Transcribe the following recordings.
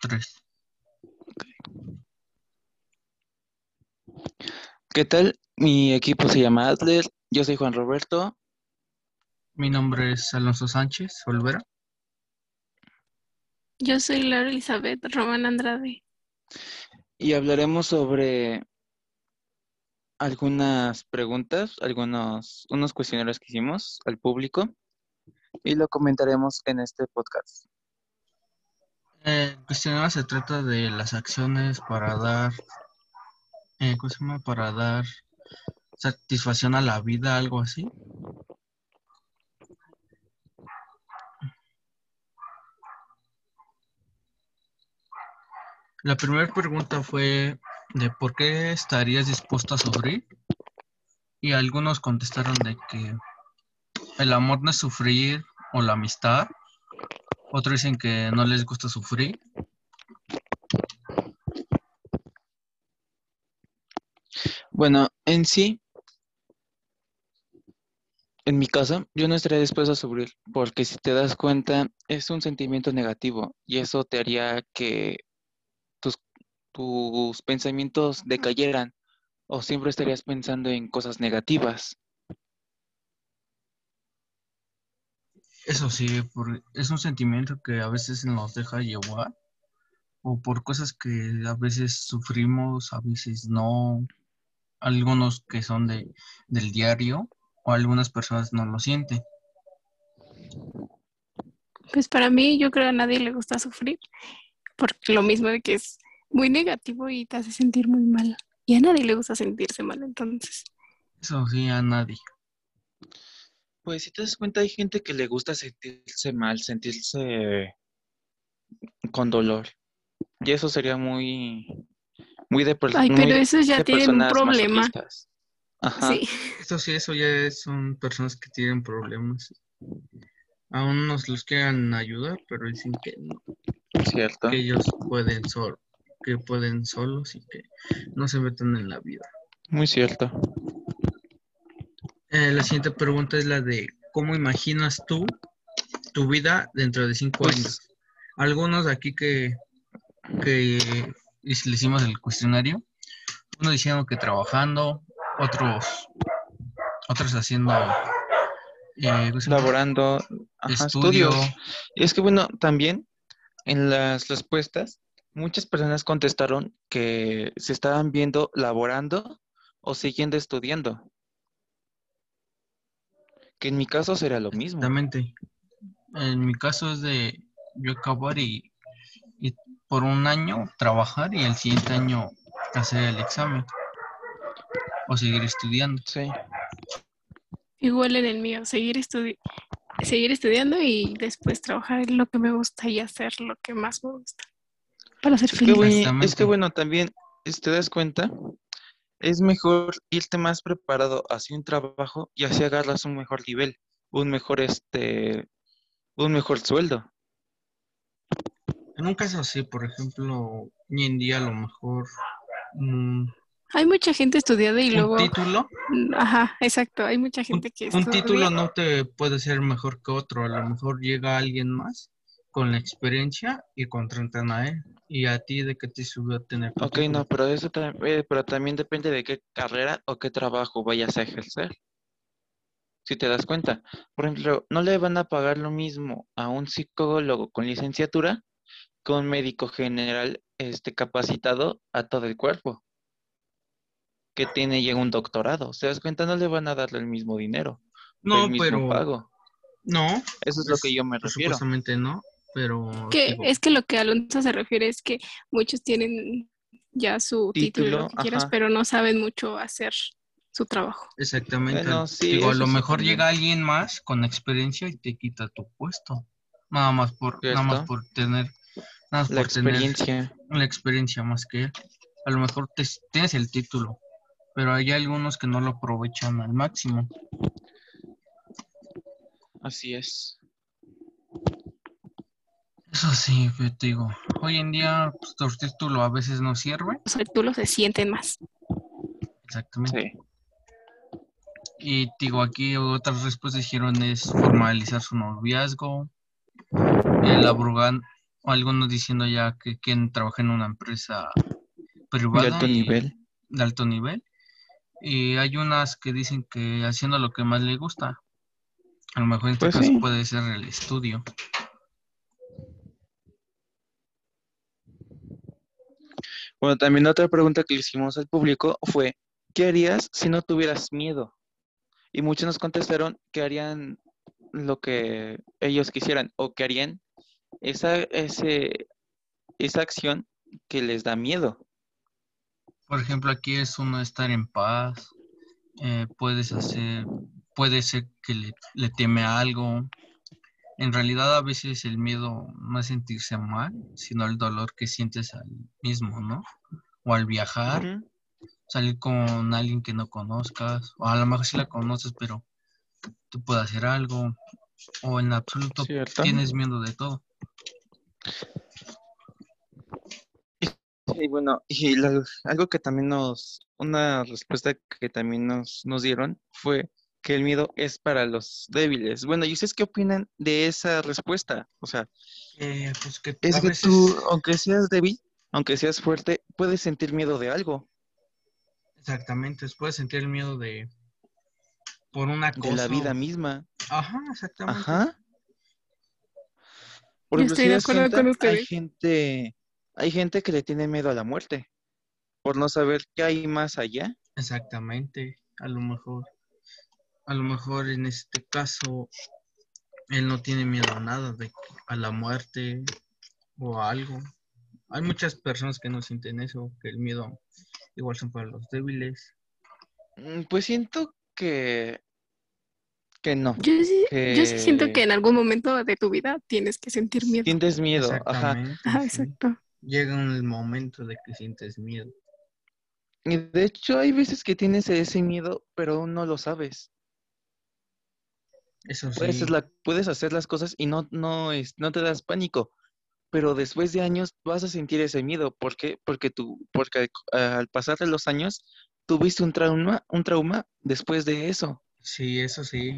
Tres. ¿Qué tal? Mi equipo se llama Adler, yo soy Juan Roberto Mi nombre es Alonso Sánchez Olvera. Yo soy Laura Elizabeth Román Andrade. y hablaremos sobre algunas preguntas, unos cuestionarios que hicimos al público y lo comentaremos en este podcast. El cuestionario se trata de las acciones para dar, ¿cómo se llama? Para dar satisfacción a la vida, algo así. La primera pregunta fue de ¿por qué estarías dispuesto a sufrir? Y algunos contestaron de que el amor no es sufrir o la amistad. Otros dicen que no les gusta sufrir. Bueno, en sí, en mi caso, yo no estaría dispuesto a sufrir porque si te das cuenta es un sentimiento negativo y eso te haría que tus, tus pensamientos decayeran o siempre estarías pensando en cosas negativas. Eso sí, es un sentimiento que a veces nos deja llevar o por cosas que a veces sufrimos, a veces no, algunos que son del diario o algunas personas no lo sienten. Pues para mí, yo creo que a nadie le gusta sufrir, porque lo mismo de que es muy negativo y te hace sentir muy mal. Y a nadie le gusta sentirse mal, entonces. Eso sí, a nadie. Pues si te das cuenta hay gente que le gusta sentirse mal, sentirse con dolor. Y eso sería Ay, muy pero esos ya de tienen un personas problema. masoquistas. Ajá, Sí, Eso sí, eso ya son personas que tienen problemas. A unos los quieren ayudar, pero dicen que no, cierto. que ellos que pueden solos y que no se meten en la vida. Muy cierto. La siguiente pregunta es la de ¿cómo imaginas tú tu vida dentro de 5 años? Pues, Algunos aquí que le hicimos el cuestionario, unos diciendo que trabajando, otros haciendo ¿cómo se llama? laborando, ajá, Estudio. estudios. Y es que bueno, también en las respuestas, muchas personas contestaron que se estaban viendo laborando o siguiendo estudiando, que en mi caso será lo mismo. Exactamente. En mi caso es de yo acabar y por un año trabajar y el siguiente año hacer el examen o seguir estudiando. Sí. igual en el mío, seguir estudiando y después trabajar en lo que me gusta y hacer lo que más me gusta para ser feliz. Es que Exactamente. bueno, también, si te das cuenta, es mejor irte más preparado hacia un trabajo y así agarras un mejor nivel, un mejor un mejor sueldo. En un caso así, por ejemplo, hoy en día a lo mejor mm, Hay mucha gente estudiada y un luego, título, ajá, exacto, hay mucha gente que un título estudia. no te puede ser mejor que otro. A lo mejor llega alguien más con la experiencia y contratan a él. ¿Y a ti de qué te subió a tener tu Ok, no, título? pero pero también depende de qué carrera o qué trabajo vayas a ejercer. Si te das cuenta, por ejemplo, no le van a pagar lo mismo a un psicólogo con licenciatura que a un médico general, capacitado a todo el cuerpo, que tiene ya un doctorado. ¿Se das cuenta? No le van a darle el mismo dinero, el No, mismo pero pago. no, Eso es lo que pues, yo me pues refiero. supuestamente no, pero Que digo, es que lo que Alonso se refiere es que muchos tienen ya su título y lo Título, que quieras, ajá. pero no saben mucho hacer su trabajo. exactamente, Bueno, sí, digo, a lo eso sí mejor también, llega alguien más con experiencia y te quita tu puesto, nada más ¿cierto? nada más La por tener experiencia, la experiencia más que él. A lo mejor tienes el título, pero hay algunos que no lo aprovechan al máximo. así es. Eso sí, pero te digo, hoy en día pues, tu título a veces no sirve, Los títulos se sienten más. exactamente. Sí. Y digo, aquí otras respuestas dijeron es formalizar su noviazgo, elaborar, o algunos diciendo ya que quieren trabajar en una empresa De privada alto y nivel. de alto nivel. Y hay unas que dicen que haciendo lo que más le gusta, a lo mejor en este Pues caso sí. puede ser el estudio. Bueno, también otra pregunta que le hicimos al público fue, ¿qué harías si no tuvieras miedo? Y muchos nos contestaron que harían lo que ellos quisieran o que harían esa acción que les da miedo. Por ejemplo, aquí es uno estar en paz, puede ser que le teme a algo. En realidad a veces el miedo no es sentirse mal, sino el dolor que sientes al mismo, ¿no? O al viajar, Ujú. salir con alguien que no conozcas, o a lo mejor sí la conoces, pero tú puedes hacer algo, o en absoluto ¿Cierto? tienes miedo de todo. Y bueno, algo que también una respuesta que también nos dieron fue que el miedo es para los débiles. Bueno, ¿y ustedes qué opinan de esa respuesta? O sea, Pues que es a que tú, veces, aunque seas débil, aunque seas fuerte, puedes sentir miedo de algo, exactamente, puedes sentir el miedo por un de la vida acoso. misma. Ajá, exactamente. Ajá. Por Yo ejemplo, estoy si de das acuerdo con cuenta, ustedes. hay gente que le tiene miedo a la muerte por no saber qué hay más allá. Exactamente. A lo mejor en este caso, él no tiene miedo a nada, a la muerte o a algo. Hay muchas personas que no sienten eso, que el miedo igual son para los débiles. Pues siento que no, Yo sí siento que que en algún momento de tu vida tienes que sentir miedo. sientes miedo, ajá. Exactamente, Ajá, sí. exacto. Llega un momento de que sientes miedo. Y de hecho hay veces que tienes ese miedo, pero aún no lo sabes. Eso sí, Puedes hacer las cosas y no te das pánico, pero después de años vas a sentir ese miedo. ¿Por qué? Porque al pasar de los años tuviste un trauma después de eso. sí, eso sí.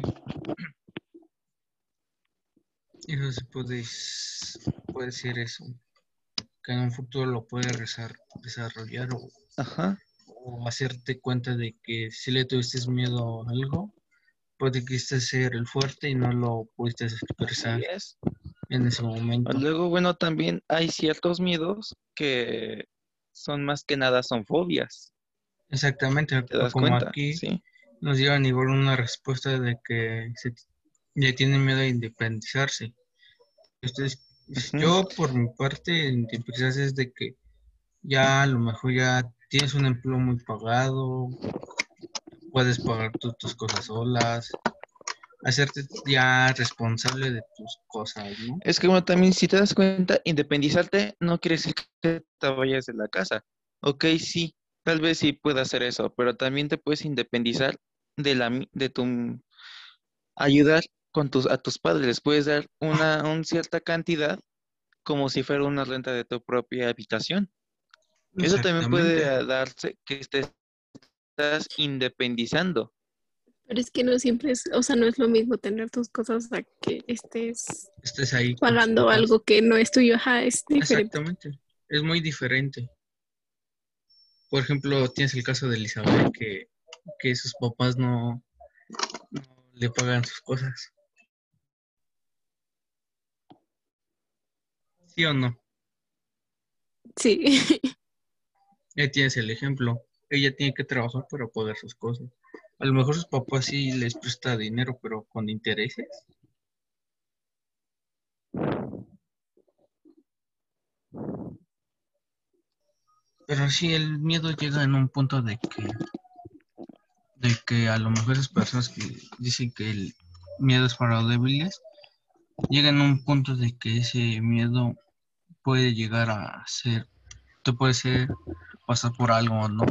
Eso sí puede ser eso. Que en un futuro lo puedes desarrollar Ajá. o hacerte cuenta de que si le tuviste miedo a algo, puede que quisiste ser el fuerte y no lo pudiste expresar Así es. en ese momento. Luego, bueno, también hay ciertos miedos que son más que nada son fobias. Exactamente, ¿Te das como cuenta? aquí Sí. nos dieron igual una respuesta de que ya tienen miedo a independizarse. Ustedes, Ujú. yo por mi parte, independizarse es de que ya a lo mejor ya tienes un empleo muy pagado, puedes pagar tus cosas solas, hacerte ya responsable de tus cosas, ¿no? Es que bueno, también si te das cuenta, independizarte no quiere decir que te vayas de la casa. Ok, sí, tal vez sí pueda hacer eso, pero también te puedes independizar de tu ayudar a tus padres. Les puedes dar una cierta cantidad como si fuera una renta de tu propia habitación. Eso también puede Exactamente. darse que te estás independizando. Pero es que no siempre es, o sea, no es lo mismo tener tus cosas a que estés Estés ahí con tus pagando papás. algo que no es tuyo. Ajá, es diferente. Exactamente. Es muy diferente. Por ejemplo, tienes el caso de Elizabeth, que sus papás no le pagan sus cosas. ¿Sí o no? Sí. Ya tienes el ejemplo. Ella tiene que trabajar para pagar sus cosas. A lo mejor sus papás sí les presta dinero, pero con intereses. Pero sí, el miedo llega en un punto de que a lo mejor esas personas que dicen que el miedo es para los débiles, llegan a un punto de que ese miedo puede llegar a ser, te puede ser pasar por algo, ¿no?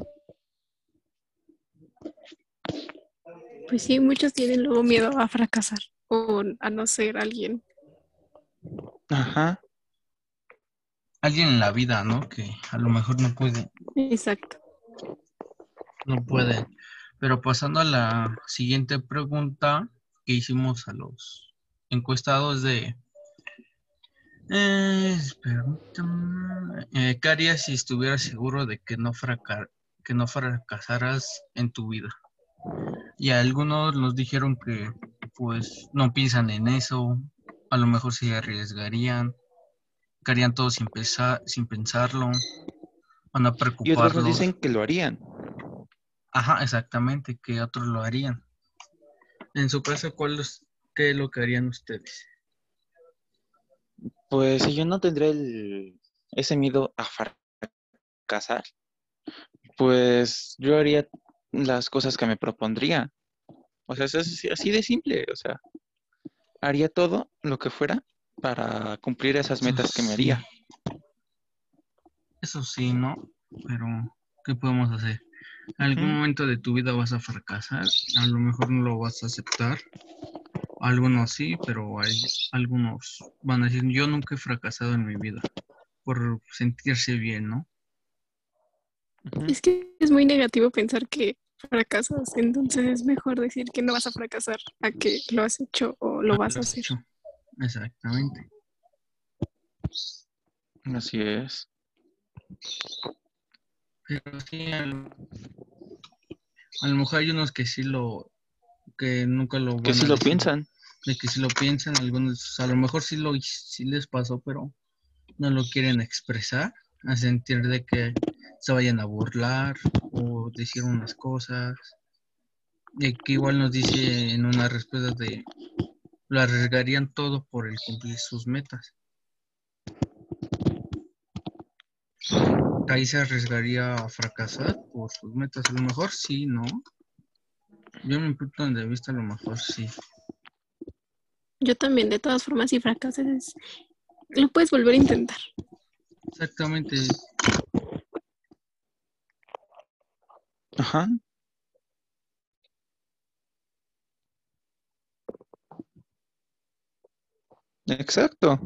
Pues sí, muchos tienen luego miedo a fracasar o a no ser alguien. Ajá. Alguien en la vida, ¿no? Que a lo mejor Exacto. no puede. Pero pasando a la siguiente pregunta que hicimos a los encuestados Permítame. ¿Qué harías si estuvieras seguro de que no fracasaras en tu vida? Y algunos nos dijeron que pues no piensan en eso, a lo mejor se arriesgarían, que harían todo sin pensarlo, o no Y otros nos dicen preocuparlos. que lo harían. Ajá, exactamente, que otros lo harían. En su caso, ¿qué es lo que harían ustedes? Pues si yo no tendré ese miedo a fracasar, pues yo haría las cosas que me propondría. O sea, es así de simple. O sea, haría todo lo que fuera para cumplir esas metas que me haría. Eso sí, ¿no? Pero, ¿qué podemos hacer? Algún Ujú. momento de tu vida vas a fracasar, a lo mejor no lo vas a aceptar, algunos sí, pero algunos van a decir, yo nunca he fracasado en mi vida, por sentirse bien, ¿no? Ujú. Es que es muy negativo pensar que fracasas, entonces es mejor decir que no vas a fracasar a que lo has hecho o lo Ah, vas lo a has hacer. hecho, exactamente. Así es. Pero sí, a lo mejor hay unos que nunca lo Que van sí a lo decir, piensan. de que si lo piensan, algunos a lo mejor sí les pasó, pero no lo quieren expresar, a sentir de que se vayan a burlar o decir unas cosas, de que igual nos dice en una respuesta de lo arriesgarían todo por el cumplir sus metas. Ahí se arriesgaría a fracasar por sus metas, a lo mejor sí, ¿no? Yo en mi punto de vista a lo mejor sí. Yo también, de todas formas, si fracasas, lo puedes volver a intentar. Exactamente, Ajá, exacto.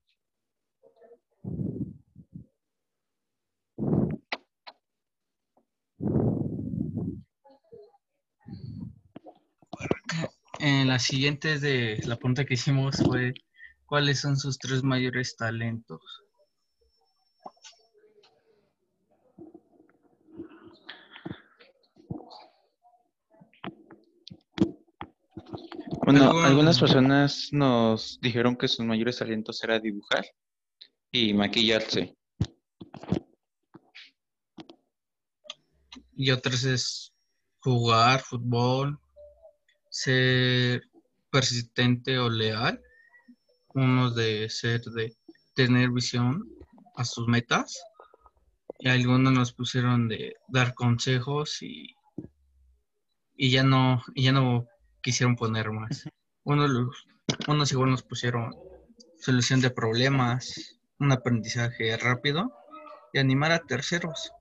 en la siguiente de la pregunta que hicimos fue, ¿cuáles son sus tres mayores talentos? Bueno, algunas Algo, personas nos dijeron que sus mayores talentos era dibujar y maquillarse. y otros es jugar fútbol, ser persistente o leal, unos de tener visión a sus metas, y algunos nos pusieron de dar consejos y ya no quisieron poner más. Unos igual nos pusieron solución de problemas, un aprendizaje rápido y animar a terceros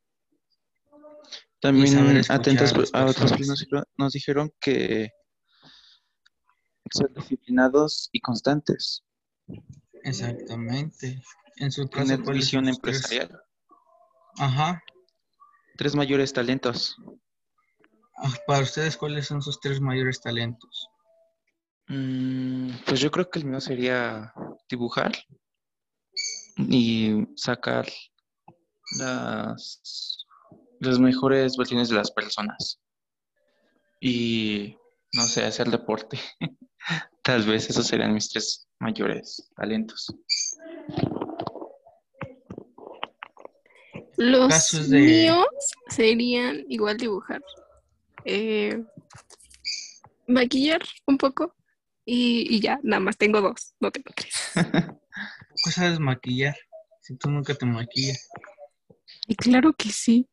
y saber También escuchar atentas a las a otros que personas. nos dijeron que ser disciplinados y constantes, Exactamente. En su caso, tener ¿cuáles son visión sus tres? empresarial, Ajá. tres mayores talentos. Para ustedes, ¿cuáles son sus tres mayores talentos? Pues yo creo que el mío sería dibujar y sacar las, las mejores versiones de las personas y, no sé, hacer deporte. Tal vez esos serían mis tres mayores talentos. Caso Los es de, míos serían igual dibujar, eh, maquillar un poco y ya, nada más tengo dos, no tengo tres. ¿poco sabes maquillar? Si tú nunca te maquillas. Y claro que sí,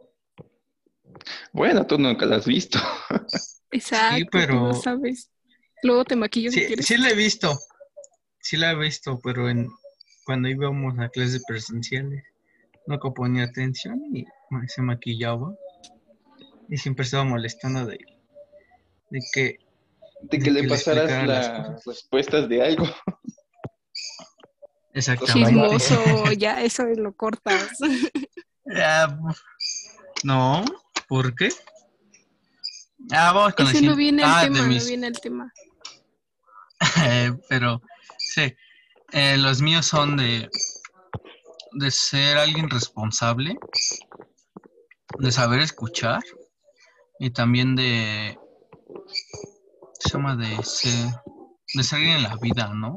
Bueno, tú nunca lo has visto. Sí, exacto, tú lo pero sabes. Luego te maquillo si sí quieres. la he visto, sí la he visto, pero cuando íbamos a clases presenciales, nunca ponía atención y se maquillaba y siempre estaba molestando de que, De que de le que le pasaras explicara las las cosas. respuestas de algo. Exactamente. Chismoso, ya eso lo cortas. Ah, no, ¿por qué? Vamos con la Ese no siguiente. viene al De tema, no mis. viene al tema. Pero sí. Los míos son de ser alguien responsable, de saber escuchar y también se llama de ser alguien en la vida, ¿no?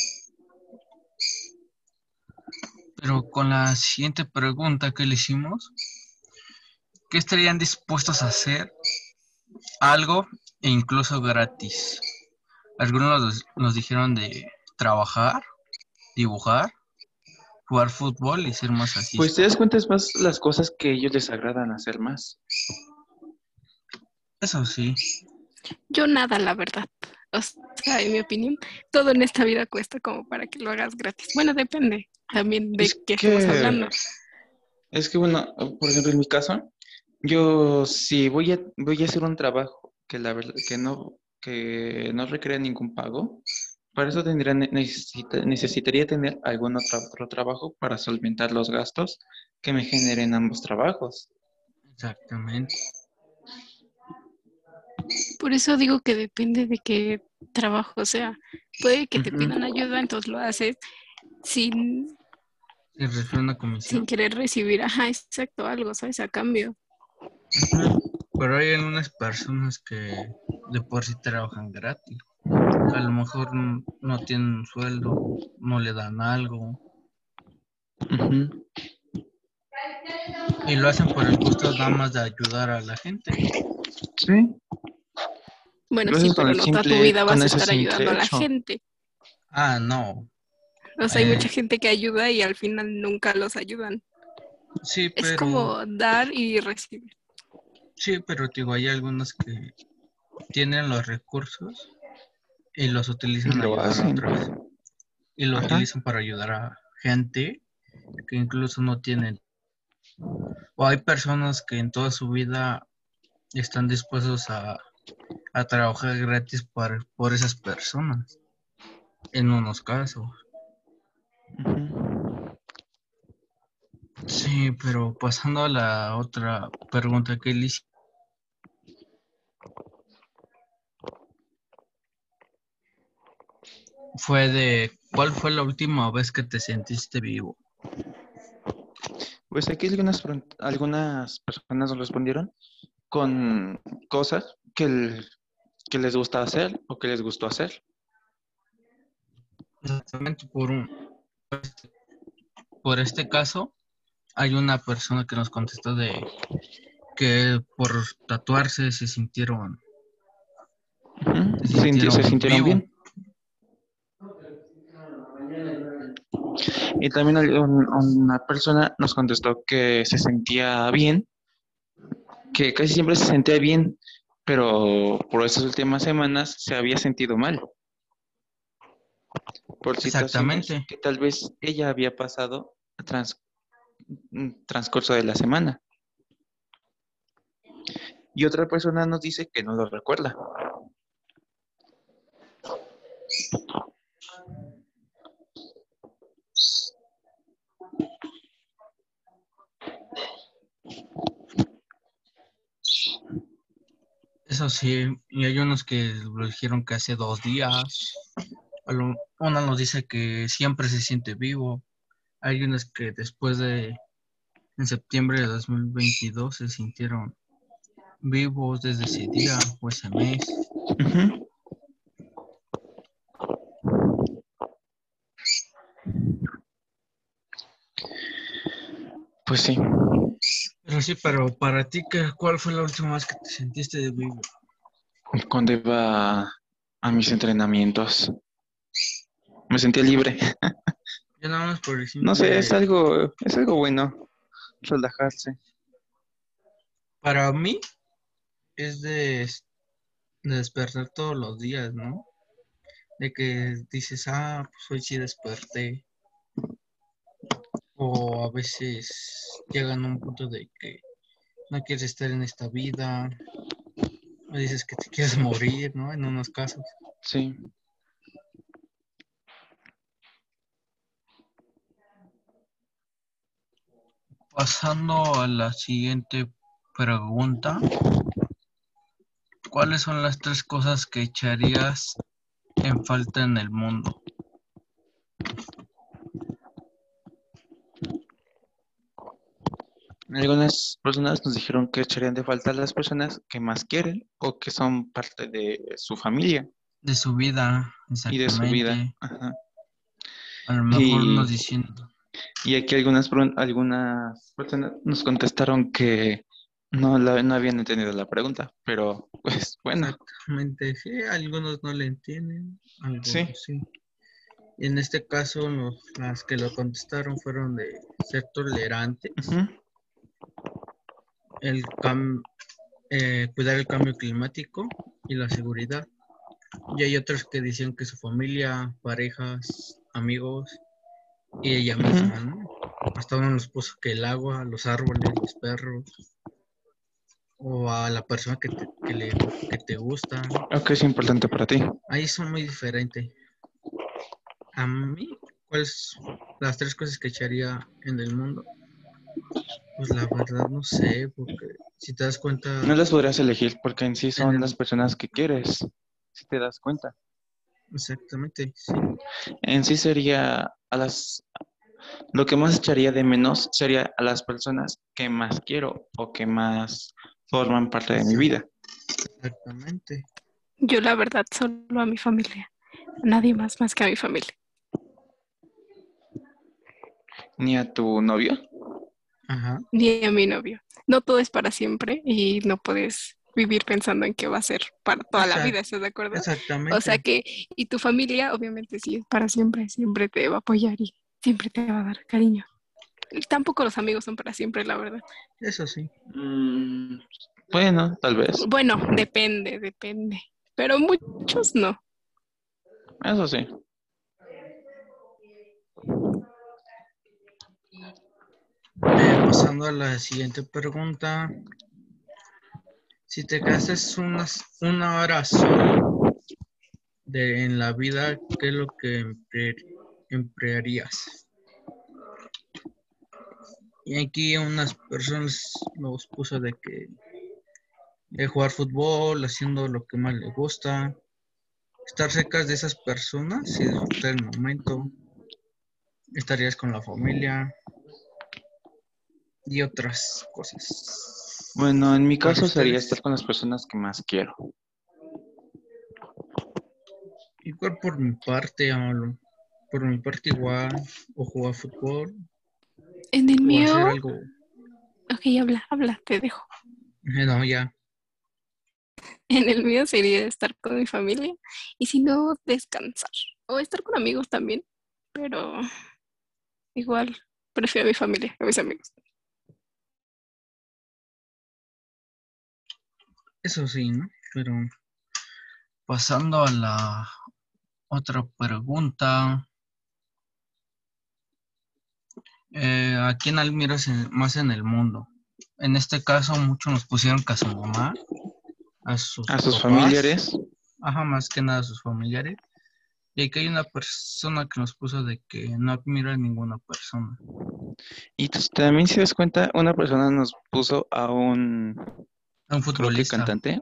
Pero con la siguiente pregunta que le hicimos, ¿qué estarían dispuestos a hacer algo e incluso gratis? Algunos nos dijeron de trabajar, dibujar, jugar fútbol y ser Pues masajista. te das cuenta es más las cosas que a ellos les agradan hacer más. Eso sí, Yo nada, la verdad. O sea, en mi opinión, todo en esta vida cuesta como para que lo hagas gratis. Bueno, depende también de Es qué estemos que, hablando. es que bueno, por ejemplo, en mi caso, yo si voy a hacer un trabajo que la verdad que no requiere ningún pago, para eso necesitaría tener algún otro trabajo para solventar los gastos que me generen ambos trabajos. exactamente. Por eso digo que depende de qué trabajo sea. Puede que te Ujú. pidan ayuda, entonces lo haces sin, ¿Se refiere a una sin comisión? querer recibir, ajá, exacto, algo, ¿sabes? A cambio. Ujú. Pero hay algunas personas que de por sí trabajan gratis, que a lo mejor no tienen un sueldo, no le dan algo, Ujú. y lo hacen por el gusto nada más de ayudar a la gente. Sí, Bueno, lo sí, haces pero no toda tu vida con vas a ese estar ayudando simple a la hecho. gente. Ah, no. O sea, hay Eh, mucha gente que ayuda y al final nunca los ayudan. sí, Es pero como dar y recibir. digo, hay algunos que tienen los recursos y los Y utilizan a lo ayudar a hacen. otras. Y lo Ajá. utilizan para ayudar a gente que incluso no tienen. O hay personas que en toda su vida están dispuestos a trabajar gratis por esas personas, en unos casos. Ujú. Sí, pero pasando a la otra pregunta que le hice, fue de ¿cuál fue la última vez que te sentiste vivo? Pues aquí algunas personas nos respondieron con cosas que les gusta hacer o que les gustó hacer. Exactamente por este caso, hay una persona que nos contestó de que por tatuarse Ujú. se Se sintieron sintieron vivos. bien. Y también una persona nos contestó que se sentía bien, que casi siempre se sentía bien, pero por estas últimas semanas se había sentido mal, por situaciones Exactamente. que tal vez ella había pasado transcurso de la semana. Y otra persona nos dice que no lo recuerda. Eso sí, y hay unos que lo dijeron que hace 2 días. Uno nos dice que siempre se siente vivo. Hay unos que en septiembre de 2022 se sintieron vivos desde ese día o ese mes. Ujú. Pues sí, Pero sí, pero para ti, ¿cuál fue la última vez que te sentiste de vivo? cuando iba a mis entrenamientos, me sentía libre. Yo nada más por el No sé, simple... es algo bueno, relajarse. Para mí es de despertar todos los días, ¿no? De que dices, pues hoy sí desperté. O a veces llegan a un punto de que no quieres estar en esta vida, o dices que te quieres morir, ¿no? En unos casos. Sí. Pasando a la siguiente pregunta, ¿cuáles son las 3 cosas que echarías en falta en el mundo? Algunas personas nos dijeron que echarían de falta a las personas que más quieren o que son parte de su familia De su vida, y de su vida. exactamente. Ajá. A lo mejor nos Y, diciendo. y aquí algunas personas nos contestaron que no habían entendido la pregunta, pero pues bueno, Exactamente, sí, algunos no le entienden, sí. algunos sí. Y en este caso, las que lo contestaron fueron de ser tolerantes, Ujú, el cuidar el cambio climático y la seguridad. Y hay otros que decían que su familia, parejas, amigos y ella ujú. misma, ¿no? Hasta uno nos puso que el agua, los árboles, los perros, o a la persona que te gusta. Ok, es importante para ti. Ahí son muy diferentes. A mí, ¿cuáles las tres cosas que echaría en el mundo? Pues la verdad no sé, porque si te das No cuenta, las podrías elegir porque en sí en son las el, personas que quieres, si te das cuenta. exactamente, sí, En sí sería lo que más echaría de menos sería a las personas que más quiero o que más forman parte de mi exact- vida. exactamente. Yo la verdad solo a mi familia, a nadie más que a mi familia. Ni a tu novio. Ajá, Ni a mi novio. No todo es para siempre y no puedes vivir pensando en que va a ser para toda la vida, exact- ¿estás de acuerdo? O sea exactamente. que, y tu familia obviamente sí es para siempre, siempre te va a apoyar y siempre te va a dar cariño. Tampoco los amigos son para siempre, la verdad. Eso sí. Mm, bueno, tal vez. Bueno, depende, pero muchos no. Eso sí. Pasando a la siguiente pregunta. Si te quedases una hora solo en la vida, ¿qué es lo que emplearías? Y aquí unas personas nos puso de que jugar fútbol, haciendo lo que más le gusta, estar cerca de esas personas y disfrutar el momento, estarías con la familia y otras Bueno, cosas. en mi Para caso sería estar ustedes, con las personas que más quiero. igual por mi parte igual, o jugar fútbol, En el o hacer mío, algo, ok, habla, te dejo. no, ya, En el mío sería estar con mi familia y si no, descansar. O estar con amigos también, pero igual prefiero a mi familia, a mis amigos. eso sí, ¿no? Pero pasando a la otra pregunta, ¿a quién admiras más en el mundo? En este caso, muchos nos pusieron que a su mamá, a sus A sus papás, familiares. ajá, más que nada a sus familiares. Y aquí hay una persona que nos puso de que no admira a ninguna persona. Y también si das cuenta, una persona nos puso A un creo que futbolista. cantante,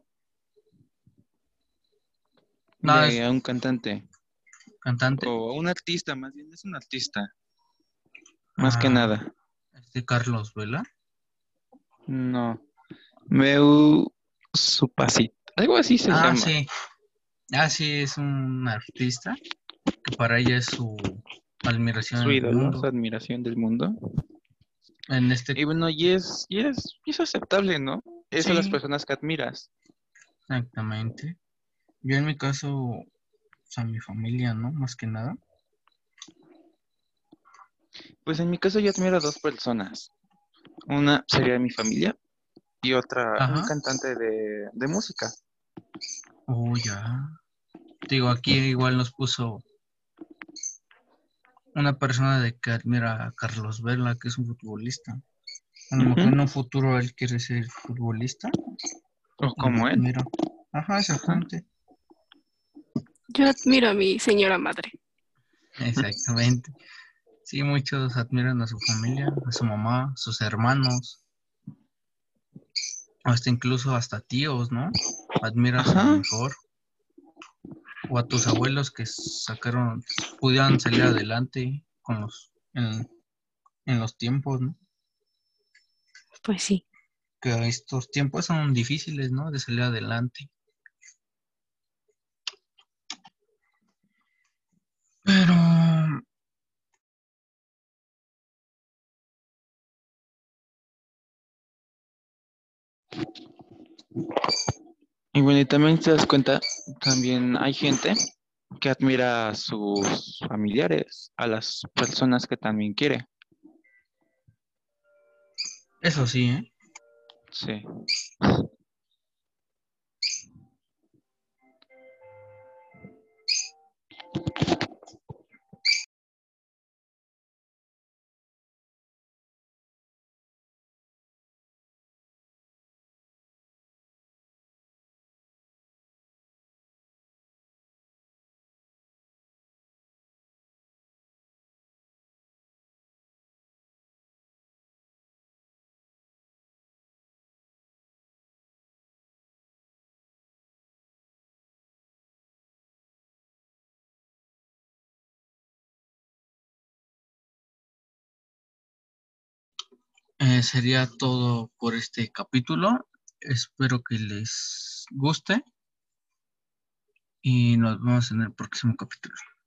No, es a un cantante, cantante. o a un artista, más bien es un artista, más que Ah, nada. Carlos Vela. No, Meu Supasit, algo así se Ah, llama. sí. Ah, sí, es un artista que para ella es su admiración Su en el ídolo, su mundo. admiración del mundo. En este, Y bueno, y es aceptable, ¿no? Es a las sí, personas que admiras. exactamente. Yo en mi caso, o sea, mi familia, ¿no? Más que nada. Pues en mi caso yo admiro a dos personas. Una sería mi familia y otra un Ajá. cantante de música. Oh, ya. Digo, aquí igual nos puso una persona de que admira a Carlos Vela, que es un futbolista. A lo mejor Ujú. en un futuro él quiere ser futbolista O y lo como él. admiro. Ajá, Ajá. exactamente. Yo admiro a mi señora madre. Exactamente. Sí, muchos admiran a su familia, a su mamá, sus hermanos, hasta incluso hasta tíos, ¿no? Admiras a lo Ajá. mejor. O a tus abuelos que pudieran salir adelante en los tiempos, ¿no? Pues sí. Que estos tiempos son difíciles, ¿no? De salir adelante. Pero Y bueno, y también te das cuenta, también hay gente que admira a sus familiares, a las personas que también quiere. eso sí, ¿eh? Sí. Sería todo por este capítulo. Espero que les guste y nos vemos en el próximo capítulo.